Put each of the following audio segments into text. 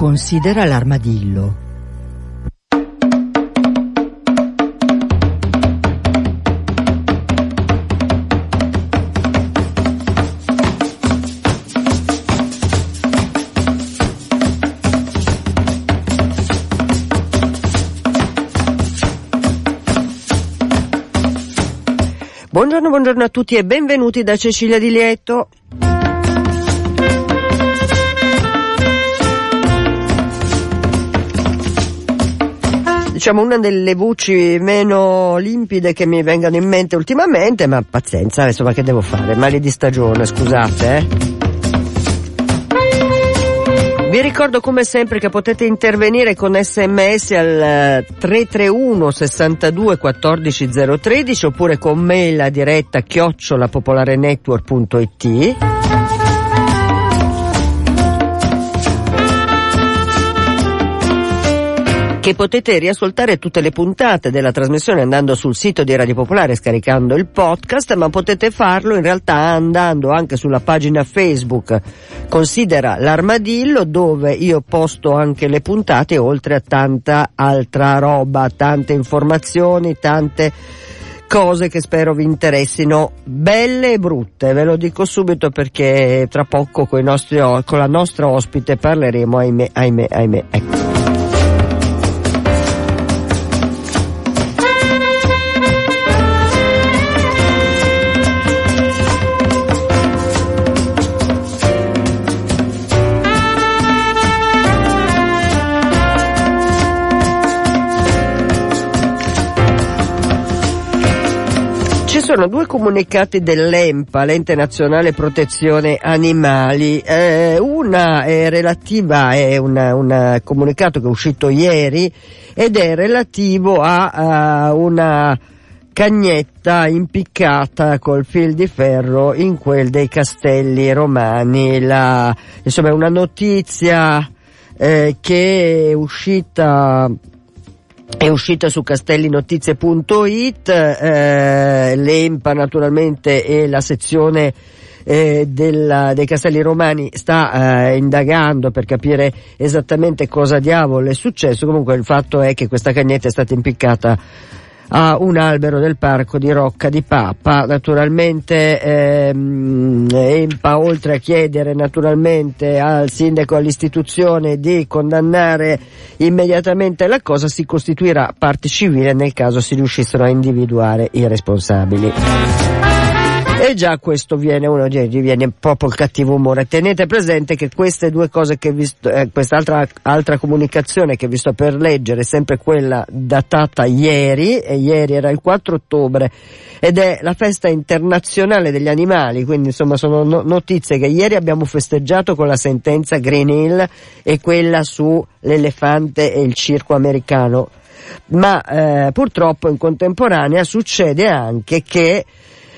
Considera l'armadillo. Buongiorno a tutti e benvenuti da Cecilia Di Lieto. Diciamo una delle voci meno limpide che mi vengano in mente ultimamente, ma pazienza, insomma, che devo fare? Mali di stagione, scusate, Vi ricordo come sempre che potete intervenire con SMS al 331 62 14 013 oppure con mail a diretta @popolarenetwork.it. Che potete riascoltare tutte le puntate della trasmissione andando sul sito di Radio Popolare e scaricando il podcast, ma potete farlo in realtà andando anche sulla pagina Facebook Considera l'Armadillo, dove io posto anche le puntate oltre a tanta altra roba, tante informazioni, tante cose che spero vi interessino, belle e brutte, ve lo dico subito perché tra poco con la nostra ospite parleremo, ahimè, ecco. Sono due comunicati dell'ENPA, l'Ente Nazionale Protezione Animali. Una è relativa, è un comunicato che è uscito ieri ed è relativo a una cagnetta impiccata col fil di ferro in quel dei Castelli Romani. Insomma, è una notizia che è uscita su castellinotizie.it, l'ENPA naturalmente e la sezione dei Castelli Romani sta indagando per capire esattamente cosa diavolo è successo. Comunque il fatto è che questa cagnetta è stata impiccata a un albero del parco di Rocca di Papa. Naturalmente ENPA, oltre a chiedere naturalmente al sindaco e all'istituzione di condannare immediatamente la cosa, si costituirà parte civile nel caso si riuscissero a individuare i responsabili. E già questo viene proprio il cattivo umore. Tenete presente che queste due cose che quest'altra comunicazione che vi sto per leggere è sempre quella datata ieri, e ieri era il 4 ottobre ed è la festa internazionale degli animali, quindi insomma sono notizie che ieri abbiamo festeggiato con la sentenza Green Hill e quella su l'elefante e il circo americano, ma purtroppo in contemporanea succede anche che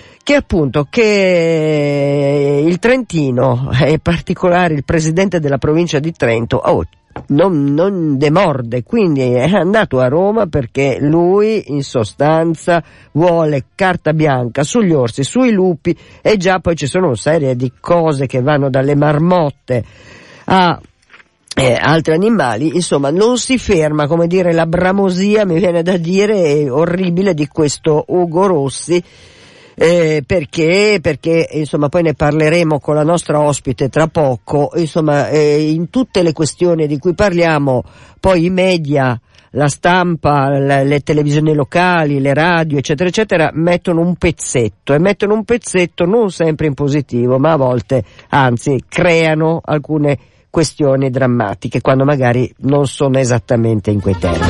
il Trentino, e in particolare il presidente della provincia di Trento, non demorde, quindi è andato a Roma perché lui in sostanza vuole carta bianca sugli orsi, sui lupi, e già poi ci sono una serie di cose che vanno dalle marmotte a altri animali. Insomma, non si ferma, come dire, la bramosia, mi viene da dire, orribile di questo Ugo Rossi. Perché insomma poi ne parleremo con la nostra ospite tra poco. Insomma, in tutte le questioni di cui parliamo poi i media, la stampa, le televisioni locali, le radio eccetera eccetera mettono un pezzetto non sempre in positivo, ma a volte anzi creano alcune questioni drammatiche quando magari non sono esattamente in quei termini.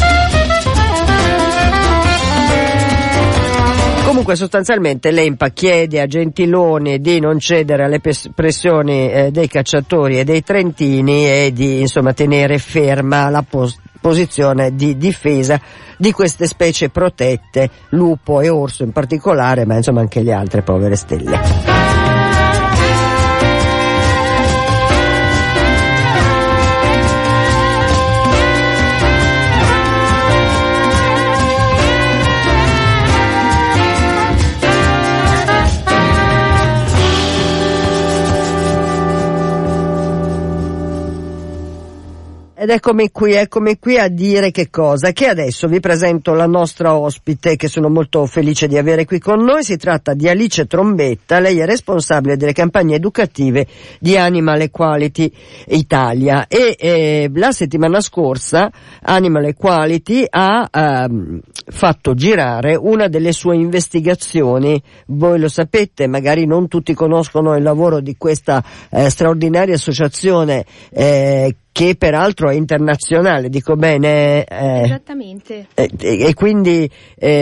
Comunque sostanzialmente l'ENPA chiede a Gentiloni di non cedere alle pressioni dei cacciatori e dei trentini e di insomma tenere ferma la posizione di difesa di queste specie protette, lupo e orso in particolare, ma insomma anche le altre povere stelle. Ed eccomi qui a dire che cosa? Che adesso vi presento la nostra ospite, che sono molto felice di avere qui con noi. Si tratta di Alice Trombetta, lei è responsabile delle campagne educative di Animal Equality Italia e la settimana scorsa Animal Equality ha fatto girare una delle sue investigazioni. Voi lo sapete, magari non tutti conoscono il lavoro di questa straordinaria associazione che peraltro è internazionale, dico bene? Esattamente. E quindi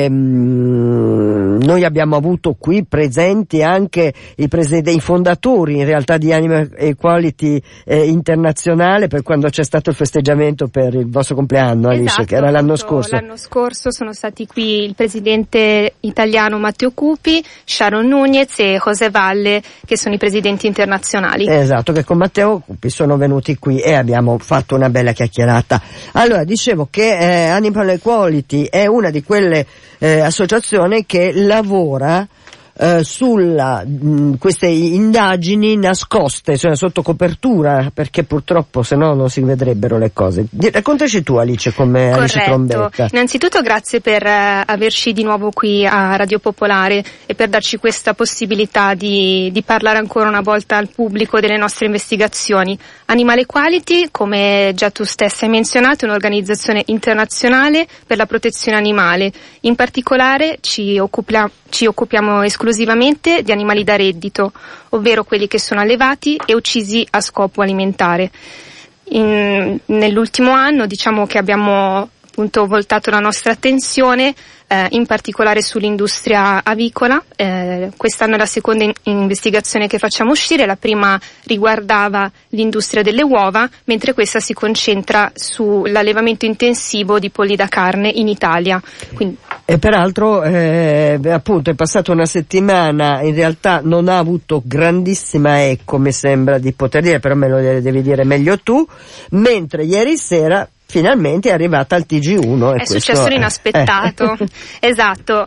noi abbiamo avuto qui presenti anche i fondatori in realtà di Animal Equality Internazionale, per quando c'è stato il festeggiamento per il vostro compleanno, Alice, esatto, che era l'anno scorso. L'anno scorso sono stati qui il presidente italiano Matteo Cupi, Sharon Nunez e José Valle, che sono i presidenti internazionali. Esatto, che con Matteo Cupi sono venuti qui e abbiamo fatto una bella chiacchierata. Allora, dicevo che Animal Equality è una di quelle associazioni che lavora sulla queste indagini nascoste, cioè sotto copertura, perché purtroppo se no non si vedrebbero le cose. Raccontaci tu, Alice, come Alice Trombetta. Innanzitutto grazie per averci di nuovo qui a Radio Popolare e per darci questa possibilità di parlare ancora una volta al pubblico delle nostre investigazioni. Animal Equality, come già tu stessa hai menzionato, è un'organizzazione internazionale per la protezione animale. In particolare ci occupiamo esclusivamente di animali da reddito, ovvero quelli che sono allevati e uccisi a scopo alimentare. Nell'ultimo anno diciamo che abbiamo appunto voltato la nostra attenzione in particolare sull'industria avicola. Quest'anno è la seconda investigazione che facciamo uscire, la prima riguardava l'industria delle uova, mentre questa si concentra sull'allevamento intensivo di polli da carne in Italia. Quindi... E peraltro appunto è passata una settimana, in realtà non ha avuto grandissima eco, mi sembra di poter dire, però me lo devi dire meglio tu, mentre ieri sera finalmente è arrivata al TG1. È successo l'inaspettato. Esatto.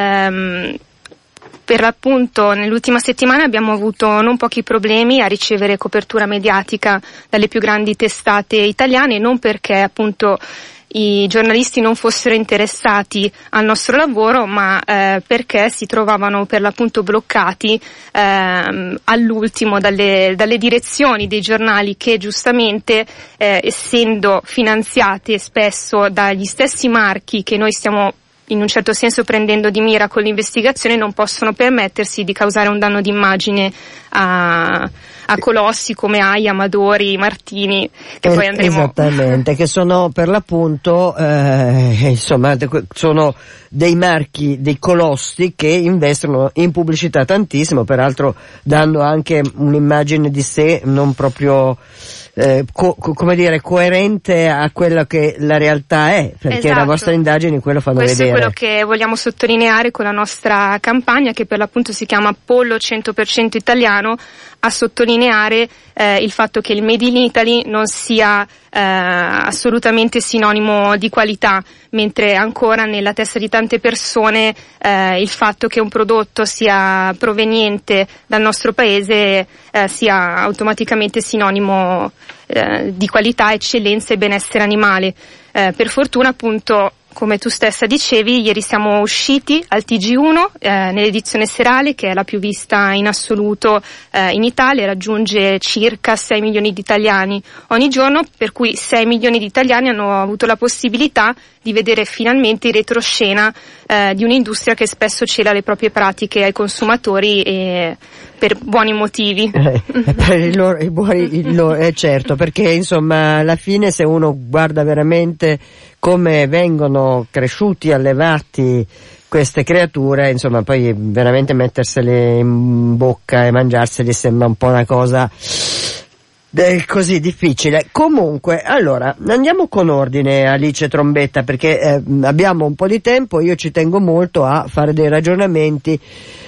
Per l'appunto nell'ultima settimana abbiamo avuto non pochi problemi a ricevere copertura mediatica dalle più grandi testate italiane, non perché appunto i giornalisti non fossero interessati al nostro lavoro, ma perché si trovavano per l'appunto bloccati all'ultimo dalle direzioni dei giornali che giustamente essendo finanziate spesso dagli stessi marchi che noi stiamo in un certo senso prendendo di mira con l'investigazione, non possono permettersi di causare un danno d'immagine a colossi come Aia, Amadori, Martini, che poi andremo... Esattamente, che sono per l'appunto insomma sono dei marchi, dei colossi che investono in pubblicità tantissimo, peraltro danno anche un'immagine di sé non proprio come dire, coerente a quello che la realtà è, perché esatto. La vostra indagine quello fanno Questo vedere. Questo è quello che vogliamo sottolineare con la nostra campagna, che per l'appunto si chiama Pollo 100% italiano, a sottolineare il fatto che il Made in Italy non sia assolutamente sinonimo di qualità, mentre ancora nella testa di tante persone il fatto che un prodotto sia proveniente dal nostro paese sia automaticamente sinonimo di qualità, eccellenza e benessere animale. Per fortuna appunto, come tu stessa dicevi, ieri siamo usciti al TG1 nell'edizione serale, che è la più vista in assoluto in Italia, raggiunge circa 6 milioni di italiani ogni giorno, per cui 6 milioni di italiani hanno avuto la possibilità di vedere finalmente in retroscena di un'industria che spesso cela le proprie pratiche ai consumatori e per buoni motivi. Certo, perché insomma alla fine se uno guarda veramente come vengono cresciuti, allevati queste creature, insomma poi veramente mettersele in bocca e mangiarseli sembra un po' una cosa così difficile. Comunque, allora, andiamo con ordine, Alice Trombetta, perché abbiamo un po' di tempo, io ci tengo molto a fare dei ragionamenti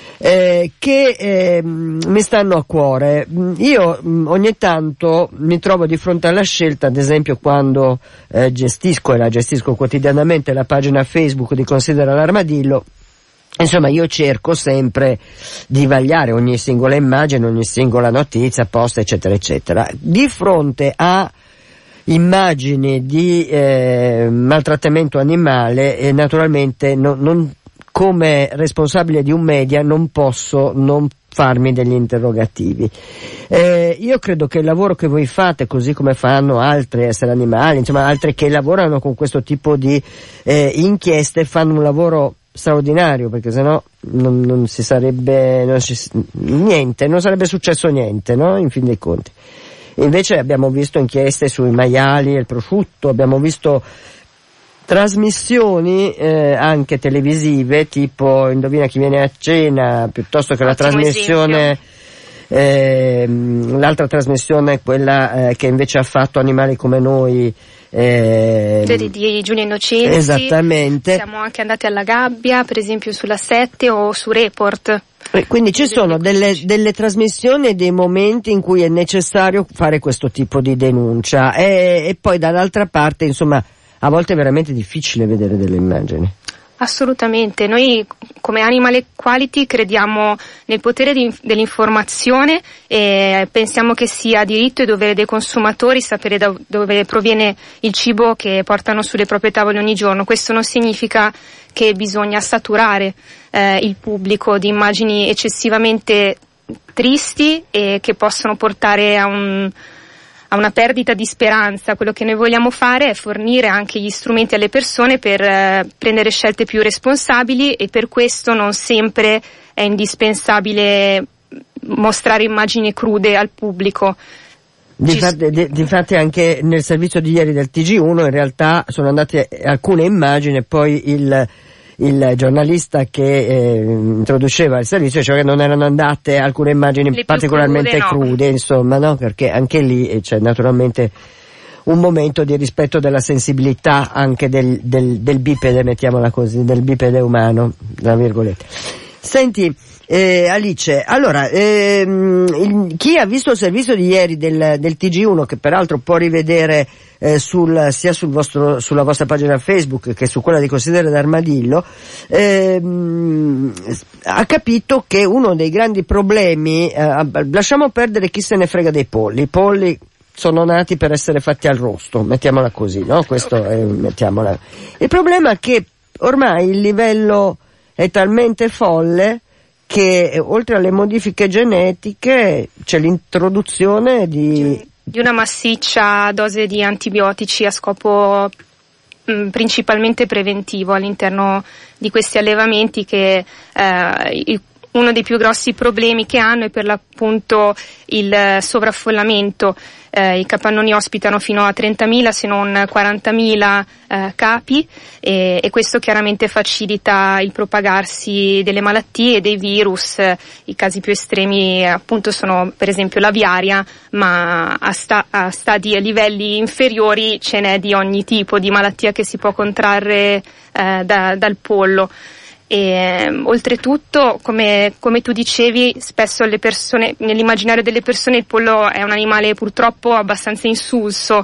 che mi stanno a cuore. Io ogni tanto mi trovo di fronte alla scelta, ad esempio quando gestisco quotidianamente la pagina Facebook di Considera l'Armadillo. Insomma, io cerco sempre di vagliare ogni singola immagine, ogni singola notizia, post, eccetera, eccetera. Di fronte a immagini di maltrattamento animale, e naturalmente non come responsabile di un media non posso non farmi degli interrogativi. Io credo che il lavoro che voi fate, così come fanno altri esseri animali, insomma altri che lavorano con questo tipo di inchieste, fanno un lavoro straordinario, perché sennò non sarebbe successo niente, no? In fin dei conti. Invece abbiamo visto inchieste sui maiali e il prosciutto, abbiamo visto trasmissioni anche televisive, tipo Indovina chi viene a cena, piuttosto che la trasmissione l'altra trasmissione, quella che invece ha fatto Animali come noi, di Giulia Innocenzi. Esattamente. Siamo anche andati alla Gabbia, per esempio sulla 7 o su Report. Quindi ci sono delle trasmissioni e dei momenti in cui è necessario fare questo tipo di denuncia, e poi dall'altra parte, insomma, a volte è veramente difficile vedere delle immagini. Assolutamente, noi come Animal Equality crediamo nel potere dell'informazione e pensiamo che sia diritto e dovere dei consumatori sapere da dove proviene il cibo che portano sulle proprie tavole ogni giorno. Questo non significa che bisogna saturare il pubblico di immagini eccessivamente tristi e che possono portare a una perdita di speranza. Quello che noi vogliamo fare è fornire anche gli strumenti alle persone per prendere scelte più responsabili, e per questo non sempre è indispensabile mostrare immagini crude al pubblico. Difatti anche nel servizio di ieri del TG1 in realtà sono andate alcune immagini, e poi il giornalista che introduceva il servizio diceva che non erano andate alcune immagini particolarmente crude, insomma, no? Perché anche lì c'è naturalmente un momento di rispetto della sensibilità anche del bipede, mettiamola così, del bipede umano, tra virgolette. Senti, Alice, allora, chi ha visto il servizio di ieri del TG1, che peraltro può rivedere sia sulla vostra pagina Facebook che su quella di Consigliere d'Armadillo, ha capito che uno dei grandi problemi, lasciamo perdere chi se ne frega dei polli. I polli sono nati per essere fatti al rosto, mettiamola così, no? Questo è, mettiamola. Il problema è che ormai il livello è talmente folle che oltre alle modifiche genetiche c'è l'introduzione di una massiccia dose di antibiotici a scopo principalmente preventivo all'interno di questi allevamenti, che uno dei più grossi problemi che hanno è per l'appunto il sovraffollamento. I capannoni ospitano fino a 30.000 se non 40.000 capi, e questo chiaramente facilita il propagarsi delle malattie e dei virus. I casi più estremi appunto sono per esempio l'aviaria, ma a stadi e livelli inferiori ce n'è di ogni tipo di malattia che si può contrarre dal pollo. E oltretutto, come tu dicevi, spesso nell'immaginario delle persone il pollo è un animale purtroppo abbastanza insulso,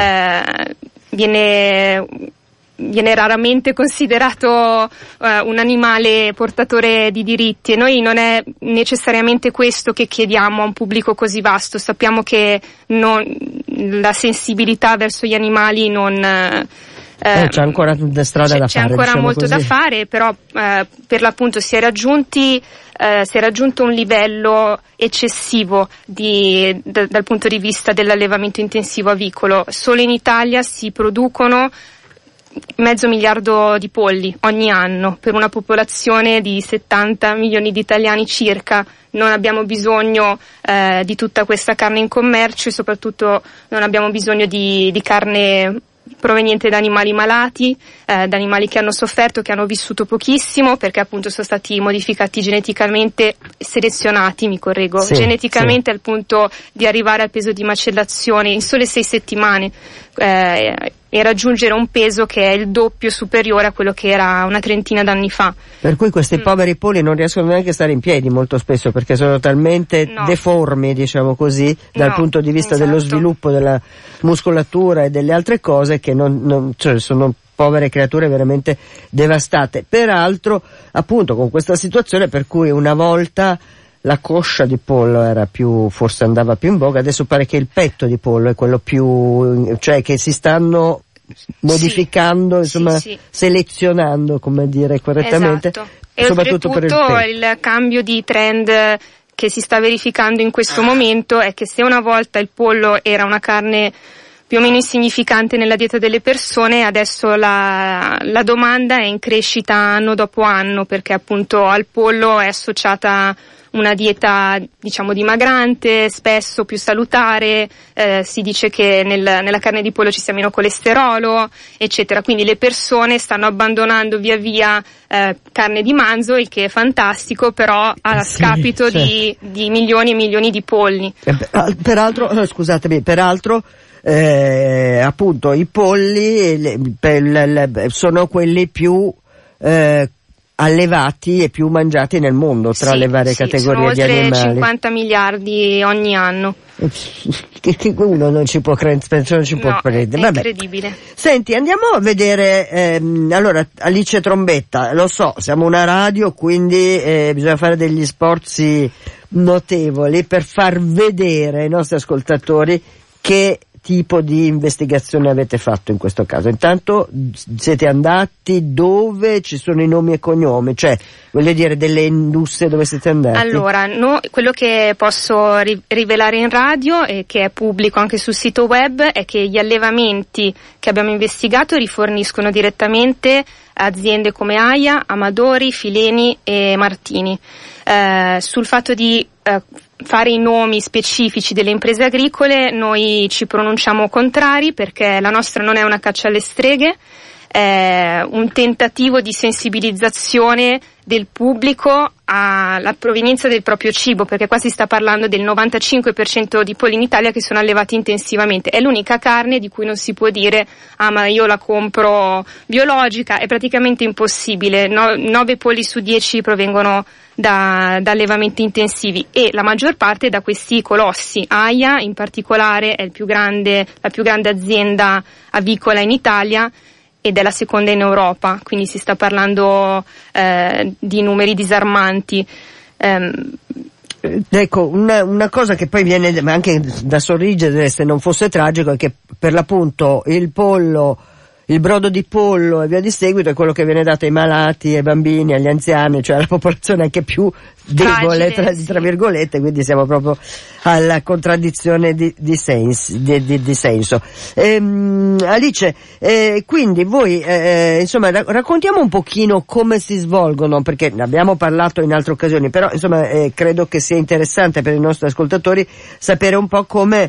viene raramente considerato un animale portatore di diritti, e noi non è necessariamente questo che chiediamo a un pubblico così vasto. Sappiamo che la sensibilità verso gli animali c'è ancora strada da fare. C'è ancora diciamo molto così da fare, però per l'appunto si è raggiunto un livello eccessivo dal punto di vista dell'allevamento intensivo avicolo. Solo in Italia si producono 500 milioni di polli ogni anno per una popolazione di 70 milioni di italiani circa. Non abbiamo bisogno di tutta questa carne in commercio, e soprattutto non abbiamo bisogno di carne proveniente da animali malati, da animali che hanno sofferto, che hanno vissuto pochissimo, perché appunto sono stati modificati geneticamente, selezionati, geneticamente al punto di arrivare al peso di macellazione in sole 6 settimane, e raggiungere un peso che è il doppio superiore a quello che era una trentina d'anni fa. Per cui questi poveri polli non riescono neanche a stare in piedi molto spesso, perché sono talmente deformi, diciamo così, dal punto di vista dello sviluppo della muscolatura e delle altre cose, che cioè sono povere creature veramente devastate. Peraltro, appunto, con questa situazione per cui una volta la coscia di pollo era forse andava più in voga, adesso pare che il petto di pollo è quello più, cioè che si stanno modificando, insomma, selezionando, come dire correttamente. Esatto. E soprattutto per il cambio di trend che si sta verificando in questo momento è che se una volta il pollo era una carne più o meno insignificante nella dieta delle persone, adesso la domanda è in crescita anno dopo anno, perché appunto al pollo è associata una dieta, diciamo, dimagrante, spesso più salutare, si dice che nella carne di pollo ci sia meno colesterolo, eccetera. Quindi le persone stanno abbandonando via via carne di manzo, il che è fantastico, però a scapito di milioni e milioni di polli. Peraltro, appunto i polli sono quelli più allevati e più mangiati nel mondo tra le varie categorie di animali. Sono oltre 50 miliardi ogni anno. Che uno non ci può prendere. È incredibile. Senti, andiamo a vedere, allora, Alice Trombetta, lo so, siamo una radio, quindi bisogna fare degli sforzi notevoli per far vedere ai nostri ascoltatori che tipo di investigazione avete fatto in questo caso. Intanto siete andati dove ci sono i nomi e cognomi, cioè voglio dire delle industrie dove siete andati? Allora, quello che posso rivelare in radio e che è pubblico anche sul sito web è che gli allevamenti che abbiamo investigato riforniscono direttamente aziende come Aia, Amadori, Fileni e Martini. Sul fatto di fare i nomi specifici delle imprese agricole noi ci pronunciamo contrari, perché la nostra non è una caccia alle streghe, è un tentativo di sensibilizzazione del pubblico alla provenienza del proprio cibo, perché qua si sta parlando del 95% di polli in Italia che sono allevati intensivamente. È l'unica carne di cui non si può dire ma io la compro biologica, è praticamente impossibile. 9 polli su 10 provengono da allevamenti intensivi, e la maggior parte da questi colossi. Aia in particolare è la più grande azienda avicola in Italia ed è la seconda in Europa, quindi si sta parlando di numeri disarmanti. Ecco, una cosa che poi viene anche da sorridere, se non fosse tragico, è che per l'appunto il pollo, il brodo di pollo e via di seguito è quello che viene dato ai malati, ai bambini, agli anziani, cioè alla popolazione anche più debole, tra virgolette, quindi siamo proprio alla contraddizione di senso. Alice, quindi voi, insomma, raccontiamo un pochino come si svolgono, perché ne abbiamo parlato in altre occasioni, però insomma credo che sia interessante per i nostri ascoltatori sapere un po' come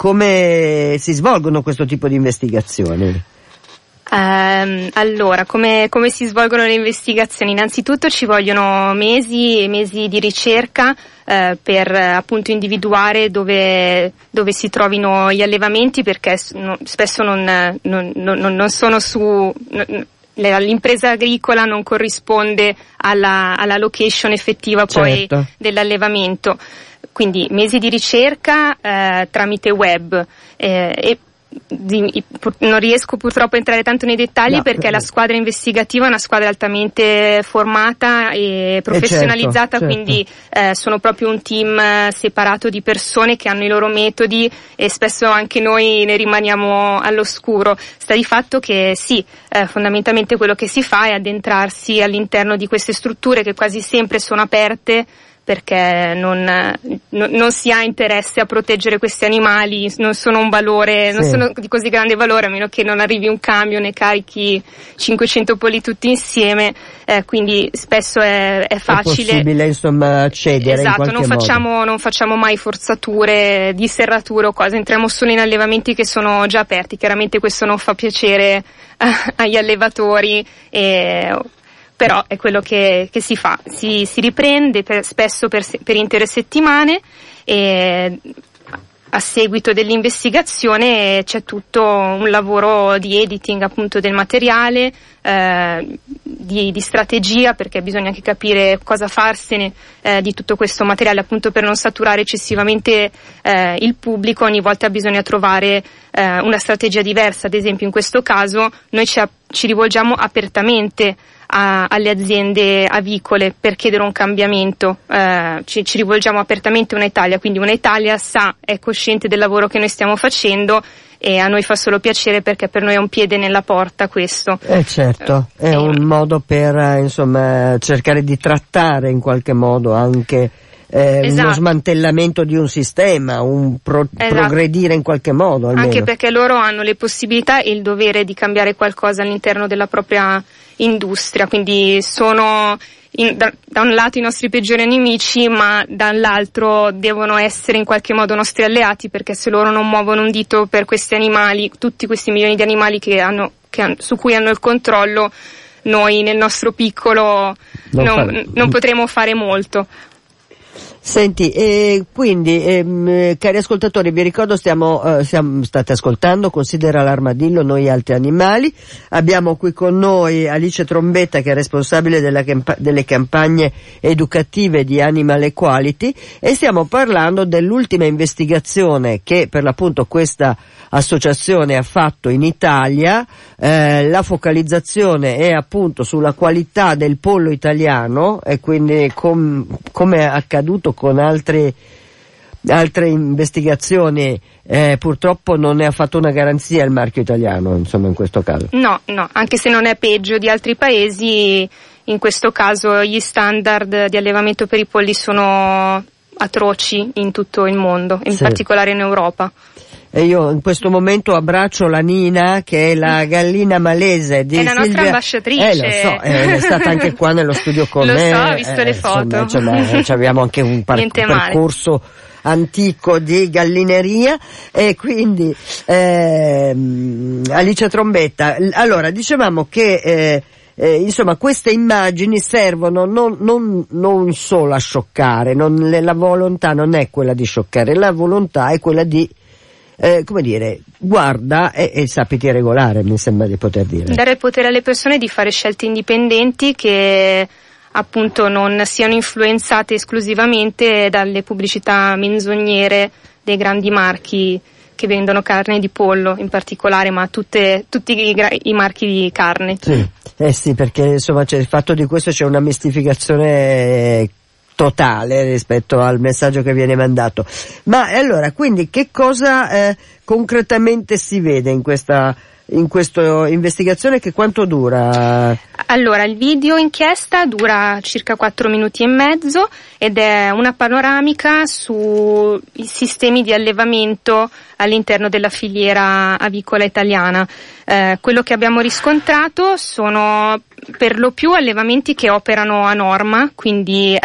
si svolgono questo tipo di investigazioni. Allora, come si svolgono le investigazioni? Innanzitutto ci vogliono mesi e mesi di ricerca per appunto individuare dove si trovino gli allevamenti, perché spesso non sono l'impresa agricola non corrisponde alla location effettiva poi dell'allevamento. Quindi mesi di ricerca tramite web e non riesco purtroppo a entrare tanto nei dettagli, perché la squadra investigativa è una squadra altamente formata e professionalizzata, certo. Quindi sono proprio un team separato di persone che hanno i loro metodi e spesso anche noi ne rimaniamo all'oscuro. Sta di fatto che fondamentalmente quello che si fa è addentrarsi all'interno di queste strutture che quasi sempre sono aperte, perché non si ha interesse a proteggere questi animali, non sono un valore, non sono di così grande valore, a meno che non arrivi un camion e carichi 500 polli tutti insieme, quindi spesso è facile. È possibile insomma accedere. Esatto, in qualche modo. Non facciamo mai forzature di serrature o cose, entriamo solo in allevamenti che sono già aperti. Chiaramente questo non fa piacere agli allevatori, però è quello che si fa, si riprende spesso per intere settimane, e a seguito dell'investigazione c'è tutto un lavoro di editing appunto del materiale, di strategia, perché bisogna anche capire cosa farsene di tutto questo materiale, appunto per non saturare eccessivamente il pubblico. Ogni volta bisogna trovare una strategia diversa. Ad esempio in questo caso noi ci rivolgiamo apertamente alle aziende avicole per chiedere un cambiamento. Ci rivolgiamo apertamente a Unitalia, quindi Unitalia è cosciente del lavoro che noi stiamo facendo e a noi fa solo piacere, perché per noi è un piede nella porta questo. Certo, è un modo per insomma cercare di trattare in qualche modo anche uno smantellamento di un sistema, progredire in qualche modo almeno. Anche perché loro hanno le possibilità e il dovere di cambiare qualcosa all'interno della propria industria, quindi sono da un lato i nostri peggiori nemici, ma dall'altro devono essere in qualche modo nostri alleati, perché se loro non muovono un dito per questi animali, tutti questi milioni di animali su cui hanno il controllo, noi nel nostro piccolo non potremo fare molto. Senti, quindi cari ascoltatori, vi ricordo state ascoltando Considera l'Armadillo, noi altri animali. Abbiamo qui con noi Alice Trombetta, che è responsabile delle campagne educative di Animal Equality, e stiamo parlando dell'ultima investigazione che per l'appunto questa associazione ha fatto in Italia. La focalizzazione è appunto sulla qualità del pollo italiano, e quindi come è accaduto con altre investigazioni, purtroppo non ne ha fatto una garanzia il marchio italiano, insomma, in questo caso. No, anche se non è peggio di altri paesi, in questo caso gli standard di allevamento per i polli sono atroci in tutto il mondo, in particolare in Europa. E io in questo momento abbraccio la Nina, che è la gallina malese di Silvia. È la nostra ambasciatrice. Lo so, è stata anche qua nello studio con me. Lo so, ho visto le foto. Insomma, abbiamo anche un percorso antico di gallineria, e quindi Alice Trombetta, allora dicevamo che insomma queste immagini servono non solo a scioccare, la volontà non è quella di scioccare, la volontà è quella di guarda e sappiti regolare, mi sembra di poter dire. Dare il potere alle persone di fare scelte indipendenti che appunto non siano influenzate esclusivamente dalle pubblicità menzognere dei grandi marchi che vendono carne di pollo in particolare, ma tutti i marchi di carne. Sì, perché insomma il fatto di questo c'è una mistificazione totale rispetto al messaggio che viene mandato. Ma allora, quindi che cosa concretamente si vede in questa investigazione, che quanto dura? Allora, il video inchiesta dura circa 4 minuti e mezzo ed è una panoramica sui sistemi di allevamento all'interno della filiera avicola italiana. Quello che abbiamo riscontrato sono per lo più allevamenti che operano a norma, quindi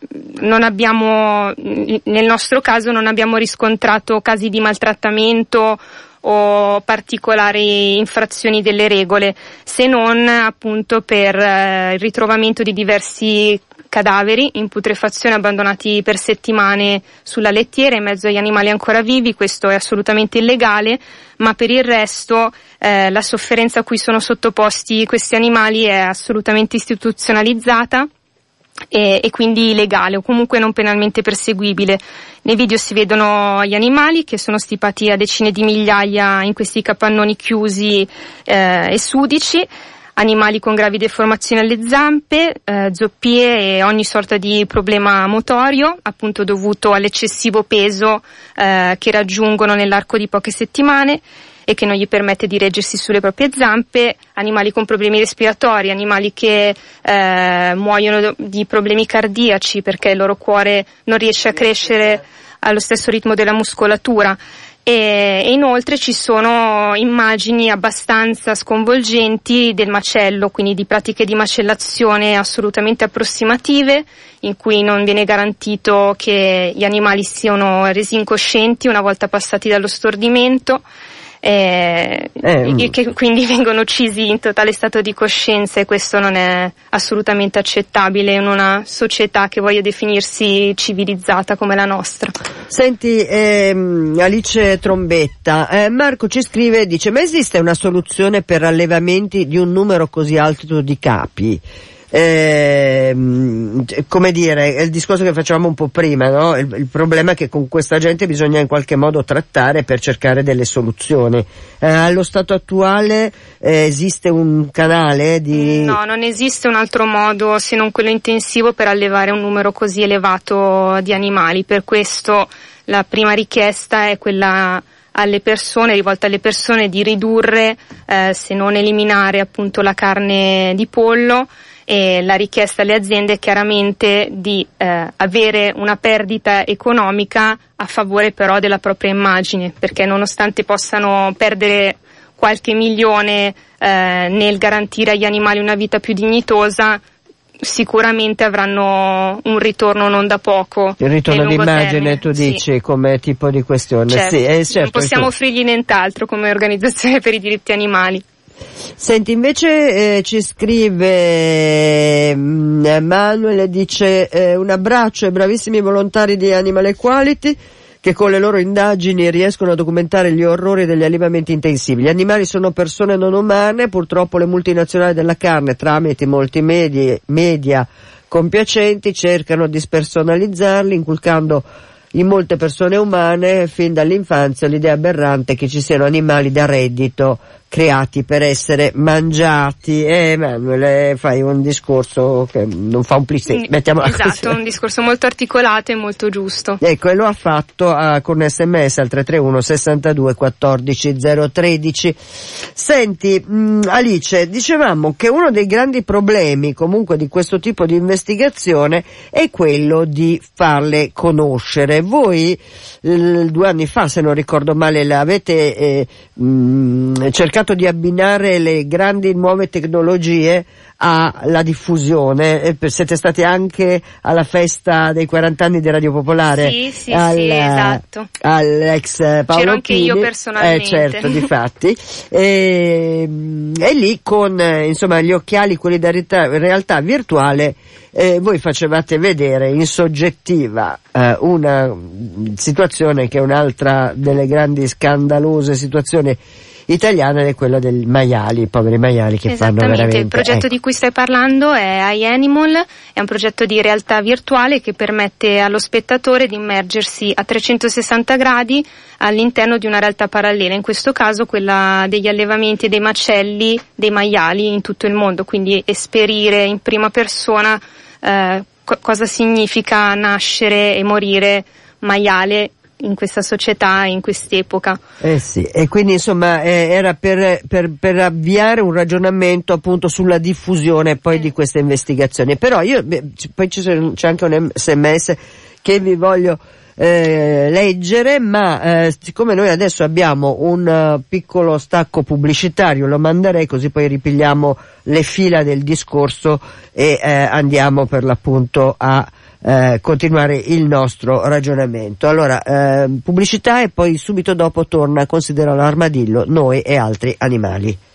nel nostro caso non abbiamo riscontrato casi di maltrattamento o particolari infrazioni delle regole, se non appunto per il ritrovamento di diversi cadaveri in putrefazione abbandonati per settimane sulla lettiera in mezzo agli animali ancora vivi. Questo è assolutamente illegale, ma per il resto la sofferenza a cui sono sottoposti questi animali è assolutamente istituzionalizzata e quindi legale o comunque non penalmente perseguibile. Nei video si vedono gli animali che sono stipati a decine di migliaia in questi capannoni chiusi e sudici, animali con gravi deformazioni alle zampe, zoppie e ogni sorta di problema motorio, appunto dovuto all'eccessivo peso che raggiungono nell'arco di poche settimane e che non gli permette di reggersi sulle proprie zampe, animali con problemi respiratori, animali che muoiono di problemi cardiaci perché il loro cuore non riesce a crescere allo stesso ritmo della muscolatura. E inoltre ci sono immagini abbastanza sconvolgenti del macello, quindi di pratiche di macellazione assolutamente approssimative, in cui non viene garantito che gli animali siano resi incoscienti una volta passati dallo stordimento, che quindi vengono uccisi in totale stato di coscienza, e questo non è assolutamente accettabile in una società che voglia definirsi civilizzata come la nostra. Senti, Alice Trombetta, Marco ci scrive, dice: ma esiste una soluzione per allevamenti di un numero così alto di capi? come dire, è il discorso che facevamo un po' prima, no? Il problema è che con questa gente bisogna in qualche modo trattare per cercare delle soluzioni. Allo stato attuale esiste un canale di... No, non esiste un altro modo se non quello intensivo per allevare un numero così elevato di animali. Per questo la prima richiesta è quella rivolta alle persone, di ridurre, se non eliminare appunto la carne di pollo, e la richiesta alle aziende è chiaramente di avere una perdita economica a favore però della propria immagine, perché nonostante possano perdere qualche milione nel garantire agli animali una vita più dignitosa, sicuramente avranno un ritorno non da poco. Il ritorno d'immagine, tu dici, sì, come tipo di questione. Certo. Sì, certo, non possiamo offrirgli nient'altro come organizzazione per i diritti animali. Senti, invece ci scrive Manuel, dice un abbraccio ai bravissimi volontari di Animal Equality che con le loro indagini riescono a documentare gli orrori degli allevamenti intensivi. Gli animali sono persone non umane, purtroppo le multinazionali della carne, tramite molti media compiacenti, cercano di spersonalizzarli, inculcando in molte persone umane fin dall'infanzia l'idea aberrante che ci siano animali da reddito creati per essere mangiati. Manuel, fai un discorso che non fa un plissé, mettiamola esatto, così. Un discorso molto articolato e molto giusto. Ecco, e lo ha fatto con SMS al 331 62 14 013. Senti, Alice, dicevamo che uno dei grandi problemi comunque di questo tipo di investigazione è quello di farle conoscere. Voi 2 anni fa, se non ricordo male, avete cercato di abbinare le grandi nuove tecnologie alla diffusione. Siete stati anche alla festa dei 40 anni di Radio Popolare? Sì, esatto. All'ex Paolo C'ero anche Pini. io personalmente. Certo, difatti. E lì con gli occhiali, quelli da realtà virtuale, voi facevate vedere in soggettiva una situazione che è un'altra delle grandi scandalose situazioni italiana, è quella del maiali, i poveri maiali che fanno veramente... Il progetto di cui stai parlando è iAnimal, è un progetto di realtà virtuale che permette allo spettatore di immergersi a 360 gradi all'interno di una realtà parallela, in questo caso quella degli allevamenti dei macelli, dei maiali in tutto il mondo, quindi esperire in prima persona cosa significa nascere e morire maiale in questa società, in quest'epoca. Sì, e quindi era per avviare un ragionamento appunto sulla diffusione poi di queste investigazioni. Però poi c'è anche un SMS che vi voglio leggere, ma siccome noi adesso abbiamo un piccolo stacco pubblicitario, lo manderei così poi ripigliamo le fila del discorso e andiamo per l'appunto a continuare il nostro ragionamento. Allora, pubblicità e poi subito dopo torna a Considera l'armadillo, noi e altri animali.